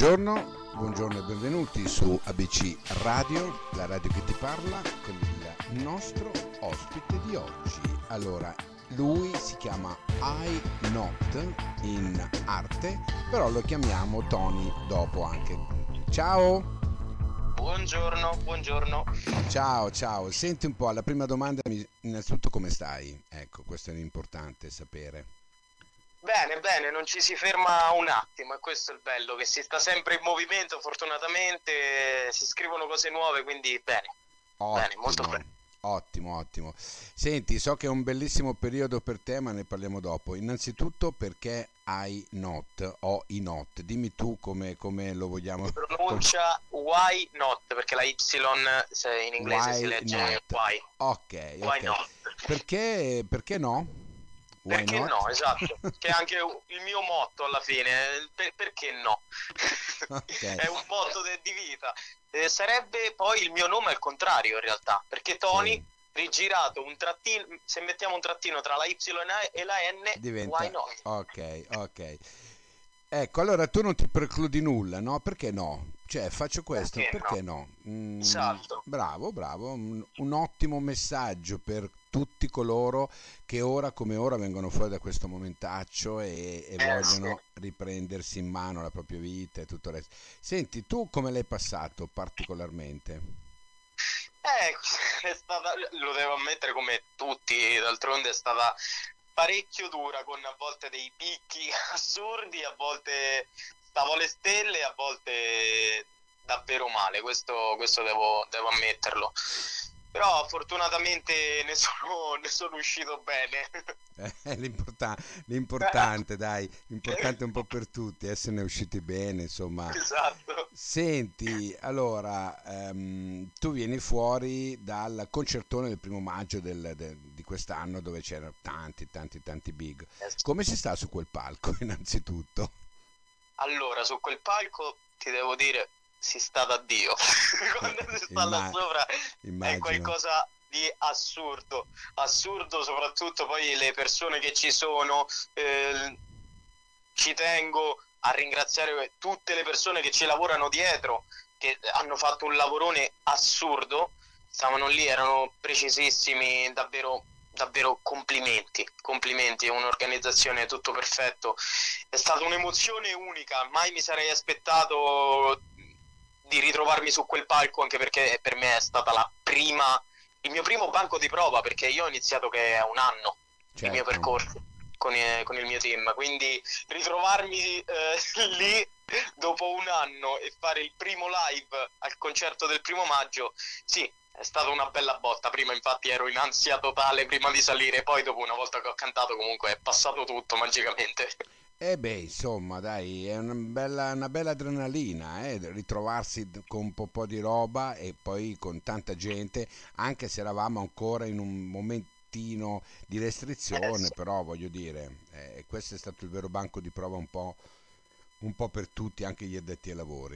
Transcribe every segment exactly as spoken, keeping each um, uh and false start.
Buongiorno, buongiorno e benvenuti su A B C Radio, la radio che ti parla, con il nostro ospite di oggi. Allora, lui si chiama I Not in arte, però lo chiamiamo Tony dopo anche. Ciao! Buongiorno, buongiorno. Ciao, ciao. Senti un po', la prima domanda, innanzitutto come stai? Ecco, questo è importante sapere. Bene, bene, non ci si ferma un attimo e questo è il bello, che si sta sempre in movimento, fortunatamente si scrivono cose nuove, quindi bene, Ottimo, bene, molto bene. Ottimo, ottimo. Senti, so che è un bellissimo periodo per te, ma ne parliamo dopo. Innanzitutto perché I Not o I Not? Dimmi tu come, come lo vogliamo. Si pronuncia why not, perché la Y se in inglese Why si legge not? why. Ok, Why ok. not? Perché, perché no? Why Perché not? no, esatto, che è anche il mio motto alla fine, per, perché no? Okay. È un motto de, di vita. Eh, sarebbe poi il mio nome al contrario in realtà, perché Tony, Sì. rigirato un trattino, se mettiamo un trattino tra la Y e la N, Diventa... why not? Ok, ok. Ecco, allora tu non ti precludi nulla, no? Perché no? Cioè, faccio questo, Perché perché no? no? Mm, Esatto. bravo, bravo, un, un ottimo messaggio per tutti coloro che ora come ora vengono fuori da questo momentaccio e, e Eh, vogliono sì. riprendersi in mano la propria vita e tutto il resto. Senti, tu come l'hai passato particolarmente? Eh, è stata, lo devo ammettere come tutti, d'altronde è stata parecchio dura, con a volte dei picchi assurdi, a volte stavo alle stelle, a volte davvero male, questo, questo devo, devo ammetterlo. Però fortunatamente ne sono, ne sono uscito bene. Eh, l'importa- l'importante, dai, l'importante un po' per tutti, esserne usciti bene, insomma. Esatto. Senti, allora, ehm, tu vieni fuori dal concertone del primo maggio del- de- di quest'anno dove c'erano tanti, tanti, tanti big. Come si sta su quel palco, innanzitutto? Allora, su quel palco ti devo dire, si sta da Dio. Quando si sta là Imma- sopra è immagino. qualcosa di assurdo. Assurdo soprattutto poi le persone che ci sono. eh, ci tengo a ringraziare tutte le persone che ci lavorano dietro, che hanno fatto un lavorone assurdo. Stavano lì, erano precisissimi, davvero davvero complimenti, complimenti, è un'organizzazione tutto perfetto. È stata un'emozione unica, mai mi sarei aspettato di ritrovarmi su quel palco, anche perché per me è stata la prima, il mio primo banco di prova, perché io ho iniziato che è un anno il mio Certo. percorso con, eh, con il mio team, quindi ritrovarmi eh, lì dopo un anno e fare il primo live al concerto del primo maggio, sì, è stata una bella botta. Prima infatti ero in ansia totale prima di salire, poi dopo una volta che ho cantato comunque è passato tutto magicamente. Eh beh, insomma, dai, è una bella, una bella adrenalina, eh, ritrovarsi d- con un po', po' di roba e poi con tanta gente, anche se eravamo ancora in un momentino di Eh restrizione, sì, però voglio dire, eh, questo è stato il vero banco di prova un po', un po' per tutti, anche gli addetti ai lavori.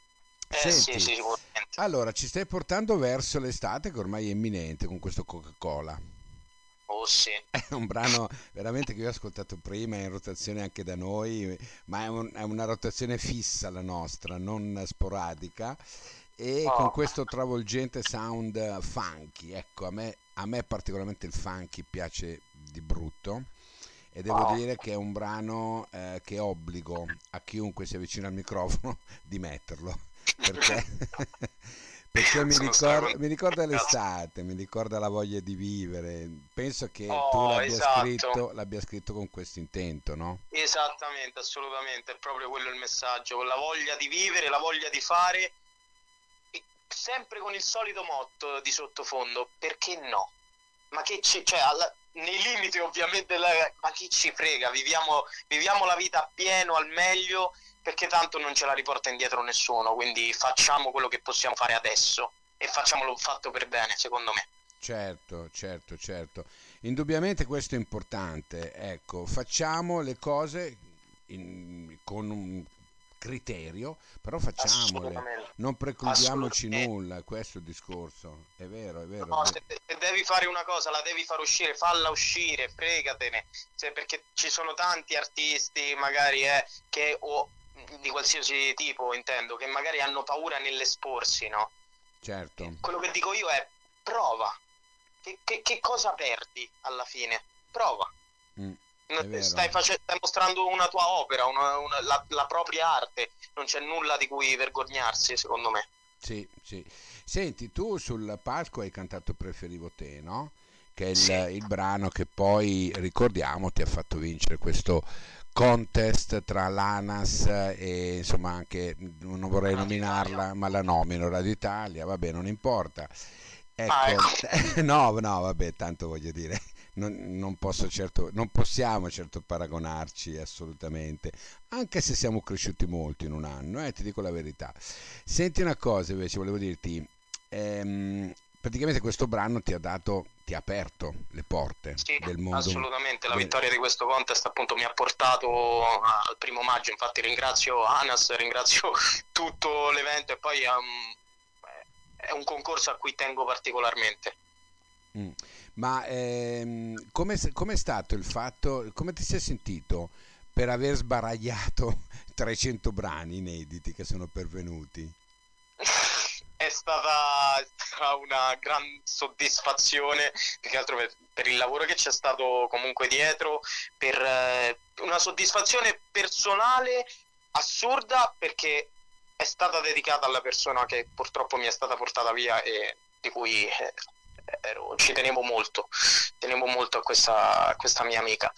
eh sì, Senti, sì, sicuramente. allora ci stai portando verso l'estate che ormai è imminente con questo Coca-Cola. Oh sì. È un brano veramente che io ho ascoltato prima, è in rotazione anche da noi, ma è, un- è una rotazione fissa la nostra, non sporadica, e con Oh, questo travolgente sound funky. Ecco, a me, a me particolarmente il funky piace di brutto e devo oh. dire che è un brano eh, che obbligo a chiunque si avvicina al microfono di metterlo perché, perché mi, Sono ricor- mi stracontento. ricorda l'estate, mi ricorda la voglia di vivere. Penso che tu Oh, l'abbia esatto. scritto, l'abbia scritto con questo intento, no? Esattamente, assolutamente, è proprio quello il messaggio, con la voglia di vivere, la voglia di fare, e sempre con il solito motto di sottofondo, perché no? Ma che ci, cioè, alla- nei limiti ovviamente, la- ma chi ci frega, viviamo, viviamo la vita a pieno, al meglio, perché tanto non ce la riporta indietro nessuno, quindi facciamo quello che possiamo fare adesso e facciamolo fatto per bene, secondo me. Certo, certo, certo. Indubbiamente questo è importante. Ecco, facciamo le cose in- con un criterio, però facciamole. Assolutamente, Non precludiamoci assolutamente. nulla, questo è il discorso. È vero, è vero. No, se, se devi fare una cosa, la devi far uscire, falla uscire, fregatene, se, perché ci sono tanti artisti, magari, eh, che o di qualsiasi tipo intendo, che magari hanno paura nell'esporsi, no? Certo. Quello che dico io è prova, che, che- che cosa perdi alla fine? Prova. Mm, No, è vero. Stai, face- stai mostrando una tua opera, una- una- la, la propria arte, non c'è nulla di cui vergognarsi, secondo me. Sì, sì. Senti, tu sul palco hai cantato Preferivo te, no? Che è Sì. il, il brano che poi, ricordiamo, ti ha fatto vincere questo contest tra l'ANAS e insomma anche, non vorrei Radio Italia. nominarla, ma la nomino Radio Italia, vabbè, non importa. Ah, Ecco, ecco. no, no, vabbè, tanto voglio dire, non, non posso certo, non possiamo certo paragonarci assolutamente, anche se siamo cresciuti molto in un anno, eh, ti dico la verità. Senti una cosa invece, volevo dirti, ehm, praticamente questo brano ti ha dato, ti ha aperto le porte Sì, del mondo assolutamente. La del... vittoria di questo contest appunto mi ha portato al primo maggio. Infatti ringrazio Anas, ringrazio tutto l'evento e poi um, è un concorso a cui tengo particolarmente. Mm. Ma ehm, come è stato il fatto, come ti sei sentito per aver sbaragliato trecento brani inediti che sono pervenuti? È stata, è stata una gran soddisfazione, più che altro per, per il lavoro che c'è stato comunque dietro, per eh, una soddisfazione personale assurda perché è stata dedicata alla persona che purtroppo mi è stata portata via e di cui eh, ero- ci tenevo molto, tenevo molto a questa, a questa mia amica.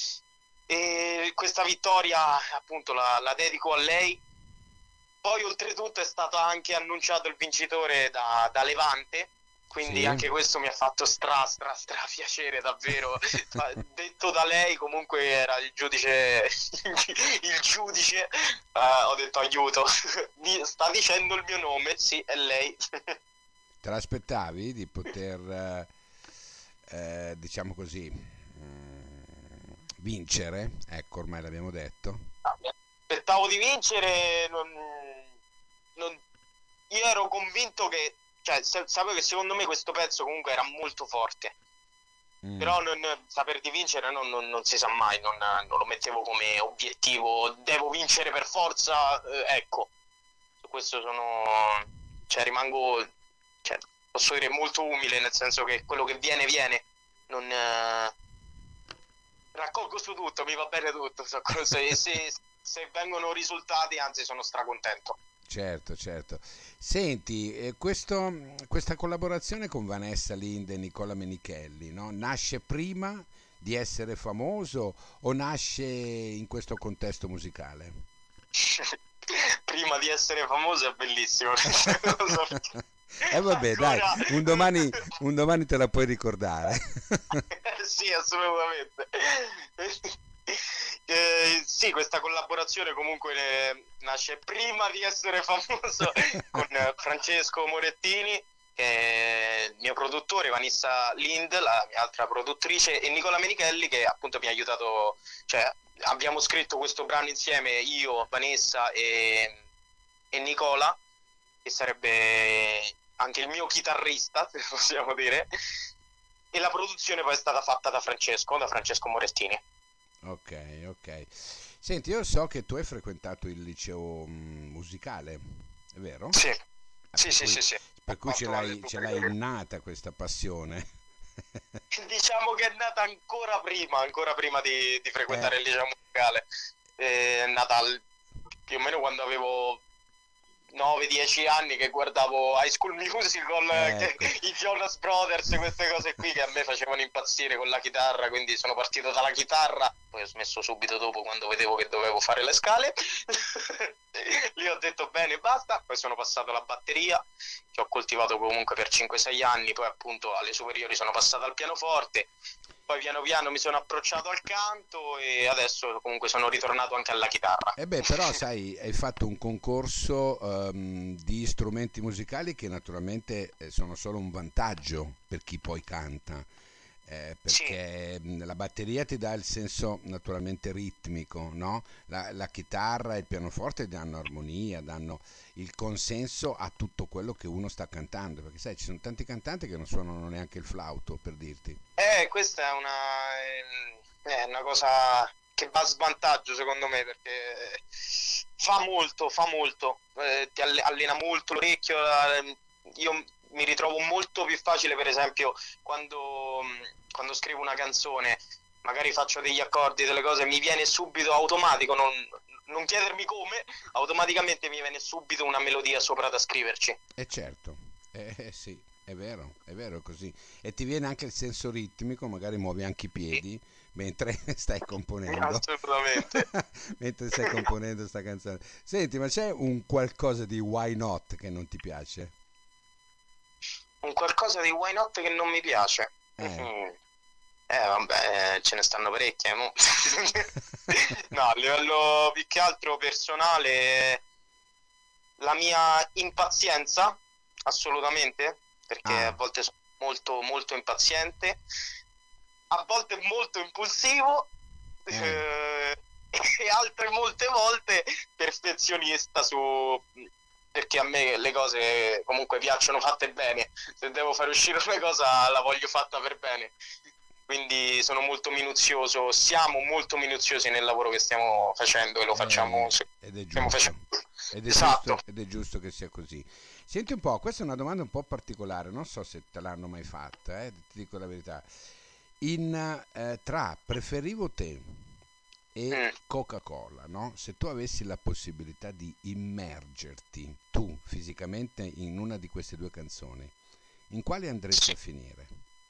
E questa vittoria appunto la, la dedico a lei. Poi oltretutto è stato anche annunciato il vincitore da, da Levante, quindi Sì? anche questo mi ha fatto stra stra stra piacere davvero. Detto da lei comunque era il giudice, il giudice, eh, ho detto aiuto, sta dicendo il mio nome, sì è lei. Te l'aspettavi di poter, eh, eh, diciamo così, mm, vincere? Ecco, ormai l'abbiamo detto. Aspettavo di vincere, non, non- io ero convinto che, cioè, se- sapevo che secondo me questo pezzo comunque era molto forte. Mm, Però non, saper di vincere non, non- non si sa mai, non, non lo mettevo come obiettivo, devo vincere per forza, eh, ecco, su questo sono, cioè rimango, cioè, posso dire molto umile, nel senso che quello che viene viene, non, eh, raccolgo su tutto, mi va bene tutto, so- se, se- se vengono risultati, anzi sono stracontento. certo, certo. Senti, eh, questo- questa collaborazione con Vanessa Linde e Nicola Menichelli, no? Nasce prima di essere famoso o nasce in questo contesto musicale? Prima di essere famoso è bellissimo questa cosa, perché E vabbè, dai, ancora un domani, un domani te la puoi ricordare. sì, assolutamente. Eh, sì, questa collaborazione comunque eh, nasce prima di essere famoso con eh, Francesco Morettini, che è il mio produttore, Vanessa Lind, la mia altra produttrice, e Nicola Menichelli, che appunto mi ha aiutato, cioè abbiamo scritto questo brano insieme, io, Vanessa e, e Nicola, che sarebbe anche il mio chitarrista, se possiamo dire, e la produzione poi è stata fatta da Francesco, da Francesco Morettini. Ok, ok. Senti, io so che tu hai frequentato il liceo mm, musicale, è vero? Sì, Ah, sì, per sì, cui, sì, sì. Ho per cui ce fatto alle l'hai, ce l'hai superiori. innata questa passione. Diciamo che è nata ancora prima, ancora prima di, di Eh, frequentare il liceo musicale. È nata al- più o meno quando avevo nove dieci anni che guardavo High School Musical, eh, che- ecco. i Jonas Brothers, queste cose qui che a me facevano impazzire con la chitarra, quindi sono partito dalla chitarra, poi ho smesso subito dopo quando vedevo che dovevo fare le scale. Lì ho detto bene, basta, poi sono passato alla batteria, che ho coltivato comunque per cinque sei anni, poi appunto alle superiori sono passato al pianoforte, poi piano piano mi sono approcciato al canto e adesso comunque sono ritornato anche alla chitarra. E beh, però sai, hai fatto un concorso ehm, di strumenti musicali che naturalmente eh, sono solo un vantaggio per chi poi canta, eh, Sì, perché mh, la batteria ti dà il senso naturalmente ritmico, no? La, la chitarra e il pianoforte danno armonia, danno il consenso a tutto quello che uno sta cantando, perché sai, ci sono tanti cantanti che non suonano neanche il flauto, per dirti. Eh, questa è una, ehm, è una cosa che va a svantaggio secondo me perché fa molto, fa molto, eh, ti alle- allena molto l'orecchio. eh, Io mi ritrovo molto più facile, per esempio, quando, quando scrivo una canzone, magari faccio degli accordi, delle cose, mi viene subito automatico, non, non chiedermi come, automaticamente mi viene subito una melodia sopra da scriverci. E certo, eh, eh, sì, è vero, è vero, è così. E ti viene anche il senso ritmico, magari muovi anche i piedi mentre stai componendo. Assolutamente. Mentre stai componendo sta canzone. Senti, ma c'è un qualcosa di Why Not che non ti piace? Un qualcosa di Why Not che non mi piace. Eh. Mhm. Eh vabbè, ce ne stanno parecchie, mo. No, a livello più che altro personale, la mia impazienza, assolutamente, perché Ah, a volte sono molto molto impaziente, a volte molto impulsivo, eh. eh, e altre molte volte perfezionista su... perché a me le cose comunque piacciono fatte bene. Se devo fare uscire una cosa la voglio fatta per bene. Quindi sono molto minuzioso, siamo molto minuziosi nel lavoro che stiamo facendo e lo facciamo, Eh, ed è stiamo giusto. facendo. Ed è Esatto. giusto, ed è giusto che sia così. Senti un po', questa è una domanda un po' particolare, non so se te l'hanno mai fatta, eh, ti dico la verità. In, eh, tra Preferivo te e Mm. Coca-Cola, no? Se tu avessi la possibilità di immergerti tu fisicamente in una di queste due canzoni, in quale andresti a finire?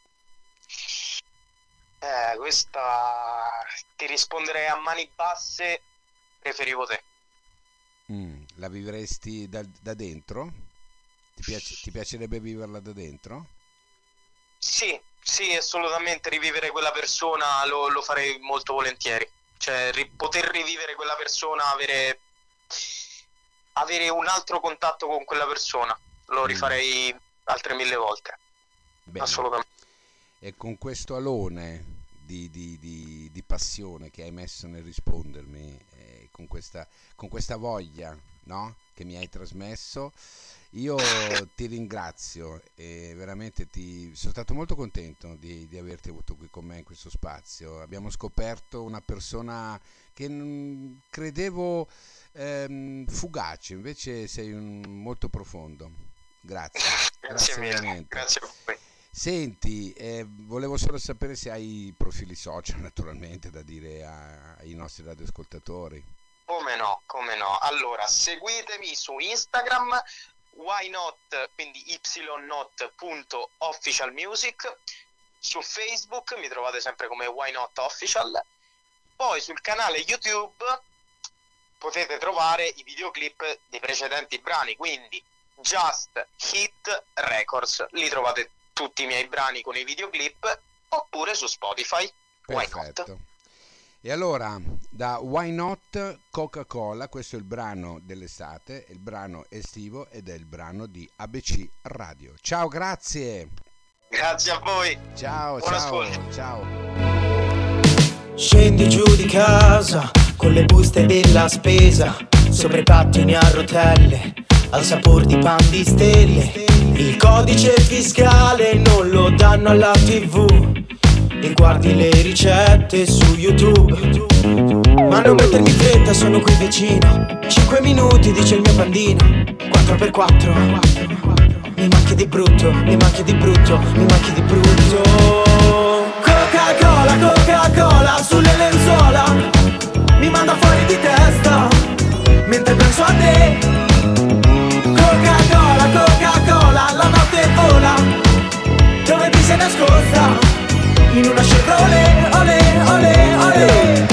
Eh, questa ti risponderei a mani basse, preferivo te. Mm, la vivresti da, da dentro? Ti piace- ti piacerebbe viverla da dentro? Sì, sì, assolutamente rivivere quella persona lo, lo farei molto volentieri. Cioè, ri- poter rivivere quella persona, avere, avere un altro contatto con quella persona, lo Mm, rifarei altre mille volte. bene. Assolutamente. E con questo alone di, di- di- di passione che hai messo nel rispondermi, eh, con questa, con questa voglia, no? Che mi hai trasmesso, io ti ringrazio e veramente ti, sono stato molto contento di, di averti avuto qui con me in questo spazio. Abbiamo scoperto una persona che non credevo ehm, fugace, invece sei un- molto profondo. Grazie, Grazie grazie mille, veramente. grazie a voi. Senti, eh, volevo solo sapere se hai profili social, naturalmente, da dire a- ai nostri radioascoltatori. Come no, come no. Allora, seguitemi su Instagram, why not, quindi ynot.officialmusic. Su Facebook mi trovate sempre come Why Not Official. Poi sul canale YouTube potete trovare i videoclip dei precedenti brani, quindi Just Hit Records. Lì trovate tutti i miei brani con i videoclip, oppure su Spotify. Why Not? Perfetto. E allora, da Why Not Coca-Cola, questo è il brano dell'estate, è il brano estivo ed è il brano di A B C Radio. Ciao, grazie. Grazie a voi. Ciao, Buon ciao, ascolto. ciao. Scendi giù di casa con le buste della spesa, sopra i pattini a rotelle, al sapor di pan di stelle. Il codice fiscale non lo danno alla tivù e guardi le ricette su YouTube. Ma non mettermi in fretta, sono qui vicino. Cinque minuti, dice il mio pandino. Quattro per quattro. Mi manchi di brutto, mi manchi di brutto, mi manchi di brutto. Coca-Cola, Coca-Cola sulle lenzuola mi manda fuori di testa mentre penso a te. Coca-Cola, Coca-Cola, la notte vola. Dove ti sei nascosta? In una Chevrolet, olè, olè, olè.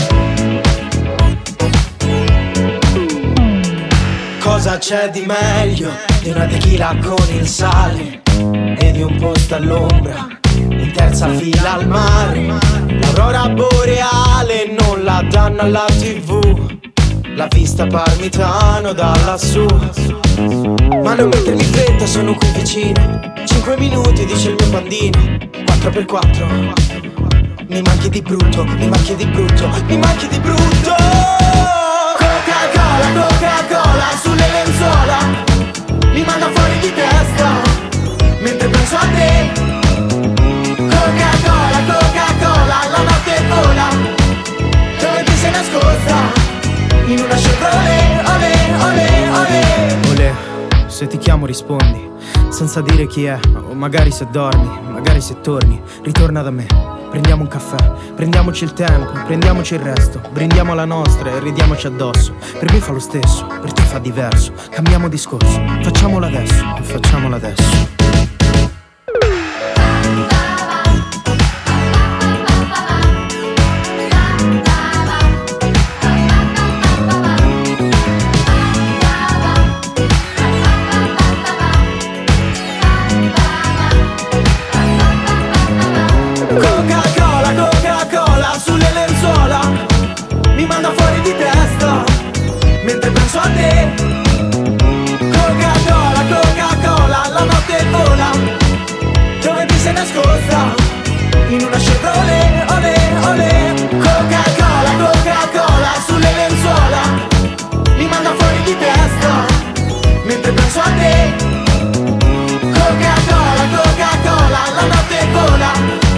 Cosa c'è di meglio di una tequila con il sale e di un posto all'ombra in terza fila al mare? L'aurora boreale non la danno alla tivù, la vista parmitano da lassù. Ma non mettermi in fretta, sono qui vicino. Cinque minuti, dice il mio pandino. Quattro per quattro. Mi manchi di brutto, mi manchi di brutto, mi manchi di brutto. Coca-Cola, Coca-Cola sulle lenzuola mi manda fuori di testa mentre penso a te. Coca-Cola, Coca-Cola, la notte vola. Dove ti sei nascosta? In una Chevrolet, olè. Se ti chiamo rispondi, senza dire chi è, o magari se dormi, magari se torni, ritorna da me. Prendiamo un caffè, prendiamoci il tempo, prendiamoci il resto, brindiamo la nostra e ridiamoci addosso. Per me fa lo stesso, per te fa diverso. Cambiamo discorso, facciamolo adesso, facciamolo adesso. Coca-Cola, Coca-Cola sulle lenzuola mi manda fuori di testa mentre penso a te. Coca-Cola, Coca-Cola, la notte vola. Dove ti sei nascosta? In una Chevrolet, olè, olè. Coca-Cola, Coca-Cola sulle lenzuola mi manda fuori di testa mentre penso a te. Coca-Cola, Coca-Cola, la notte vola.